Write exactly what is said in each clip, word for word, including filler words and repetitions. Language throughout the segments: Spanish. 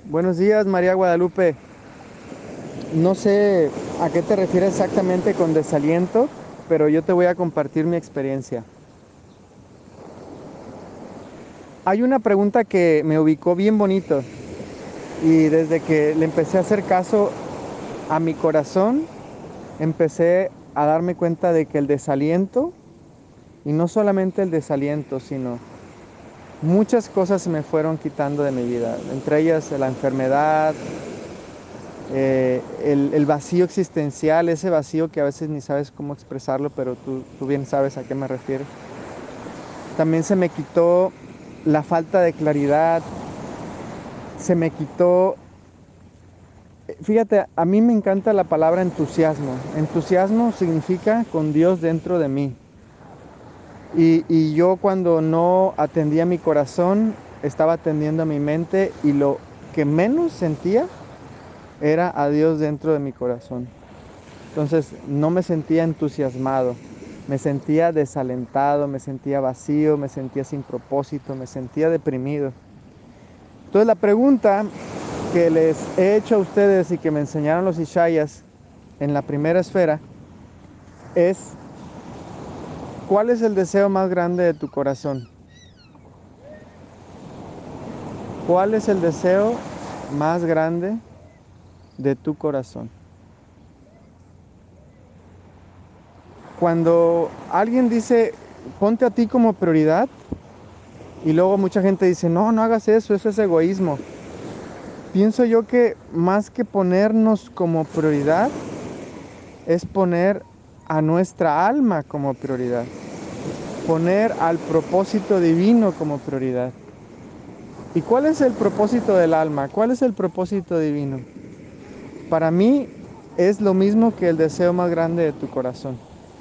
Buenos días, María Guadalupe. No sé a qué te refieres exactamente con desaliento, pero yo te voy a compartir mi experiencia. Hay una pregunta que me ubicó bien bonito y desde que le empecé a hacer caso a mi corazón, empecé a darme cuenta de que el desaliento, y no solamente el desaliento, sino muchas cosas se me fueron quitando de mi vida, entre ellas la enfermedad, eh, el, el vacío existencial, ese vacío que a veces ni sabes cómo expresarlo, pero tú, tú bien sabes a qué me refiero. También se me quitó la falta de claridad, se me quitó, fíjate, a mí me encanta la palabra entusiasmo. Entusiasmo significa con Dios dentro de mí. Y, y yo cuando no atendía mi corazón, estaba atendiendo a mi mente y lo que menos sentía era a Dios dentro de mi corazón. Entonces no me sentía entusiasmado, me sentía desalentado, me sentía vacío, me sentía sin propósito, me sentía deprimido. Entonces la pregunta que les he hecho a ustedes y que me enseñaron los Ishayas en la primera esfera es: ¿cuál es el deseo más grande de tu corazón? ¿Cuál es el deseo más grande de tu corazón? Cuando alguien dice, ponte a ti como prioridad, y luego mucha gente dice, no, no hagas eso, eso es egoísmo. Pienso yo que más que ponernos como prioridad, es poner a nuestra alma como prioridad, poner al propósito divino como prioridad. ¿Y cuál es el propósito del alma? ¿Cuál es el propósito divino? Para mí es lo mismo que el deseo más grande de tu corazón.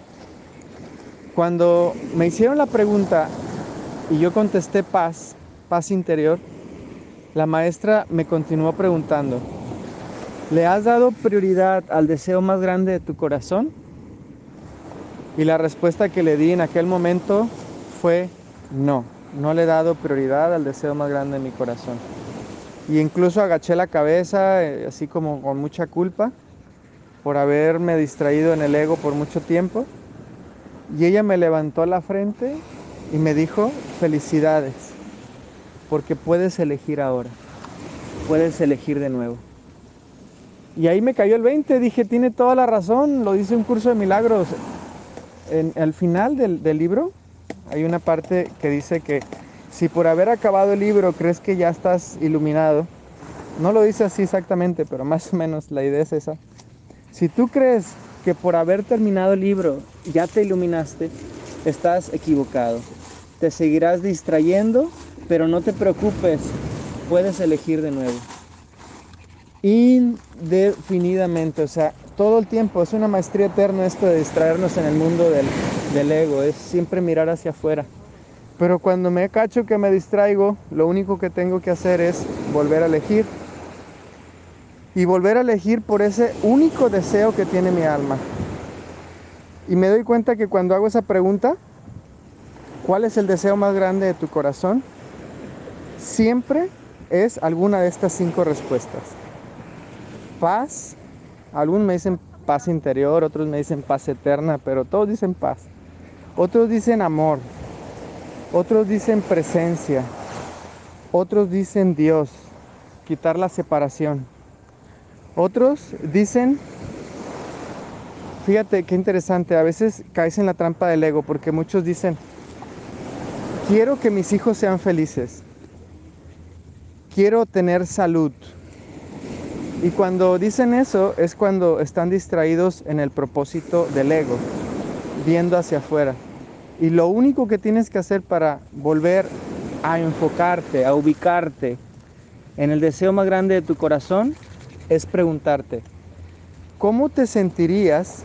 Cuando me hicieron la pregunta y yo contesté paz, paz interior, la maestra me continuó preguntando, ¿le has dado prioridad al deseo más grande de tu corazón? Y la respuesta que le di en aquel momento fue no, no le he dado prioridad al deseo más grande de mi corazón. Y incluso agaché la cabeza, eh, así como con mucha culpa, por haberme distraído en el ego por mucho tiempo. Y ella me levantó la frente y me dijo, felicidades, porque puedes elegir ahora, puedes elegir de nuevo. Y ahí me cayó el veinte, dije, tiene toda la razón, lo dice un curso de milagros. En, al final del, del libro hay una parte que dice que si por haber acabado el libro crees que ya estás iluminado, no lo dice así exactamente, pero más o menos la idea es esa. Si tú crees que por haber terminado el libro ya te iluminaste, estás equivocado. Te seguirás distrayendo, pero no te preocupes, puedes elegir de nuevo. Indefinidamente, o sea, todo el tiempo, es una maestría eterna esto de distraernos en el mundo del, del ego, es siempre mirar hacia afuera. Pero cuando me cacho que me distraigo, lo único que tengo que hacer es volver a elegir. Y volver a elegir por ese único deseo que tiene mi alma. Y me doy cuenta que cuando hago esa pregunta, ¿cuál es el deseo más grande de tu corazón? Siempre es alguna de estas cinco respuestas. Paz, algunos me dicen paz interior, otros me dicen paz eterna, pero todos dicen paz. Otros dicen amor, otros dicen presencia, otros dicen Dios, quitar la separación. Otros dicen, fíjate qué interesante, a veces caes en la trampa del ego, porque muchos dicen, quiero que mis hijos sean felices, quiero tener salud. Y cuando dicen eso es cuando están distraídos en el propósito del ego, viendo hacia afuera. Y lo único que tienes que hacer para volver a enfocarte, a ubicarte en el deseo más grande de tu corazón, es preguntarte, ¿cómo te sentirías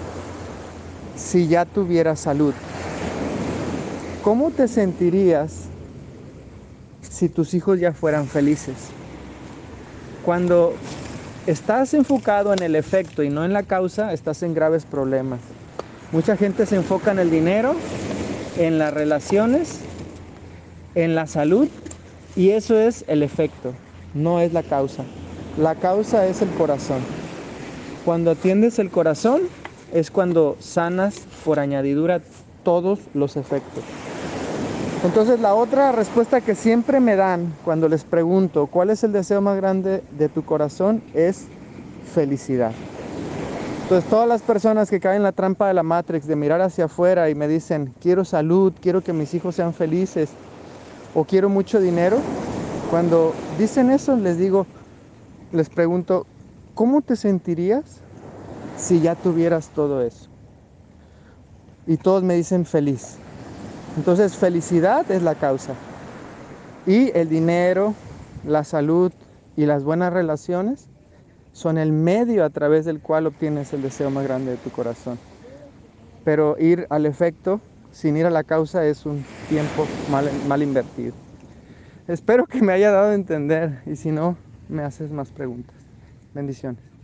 si ya tuvieras salud? ¿Cómo te sentirías si tus hijos ya fueran felices? Cuando estás enfocado en el efecto y no en la causa, estás en graves problemas. Mucha gente se enfoca en el dinero, en las relaciones, en la salud, y eso es el efecto. no es la causa. La causa es el corazón. Cuando atiendes el corazón es cuando sanas por añadidura todos los efectos. Entonces la otra respuesta que siempre me dan cuando les pregunto cuál es el deseo más grande de tu corazón es felicidad. Entonces todas las personas que caen en la trampa de la Matrix de mirar hacia afuera y me dicen quiero salud, quiero que mis hijos sean felices o quiero mucho dinero, cuando dicen eso les digo, les pregunto, ¿cómo te sentirías si ya tuvieras todo eso? Y todos me dicen feliz. Entonces felicidad es la causa. Y el dinero, la salud y las buenas relaciones son el medio a través del cual obtienes el deseo más grande de tu corazón. Pero ir al efecto sin ir a la causa es un tiempo mal, mal invertido. Espero que me haya dado a entender y si no, me haces más preguntas. Bendiciones.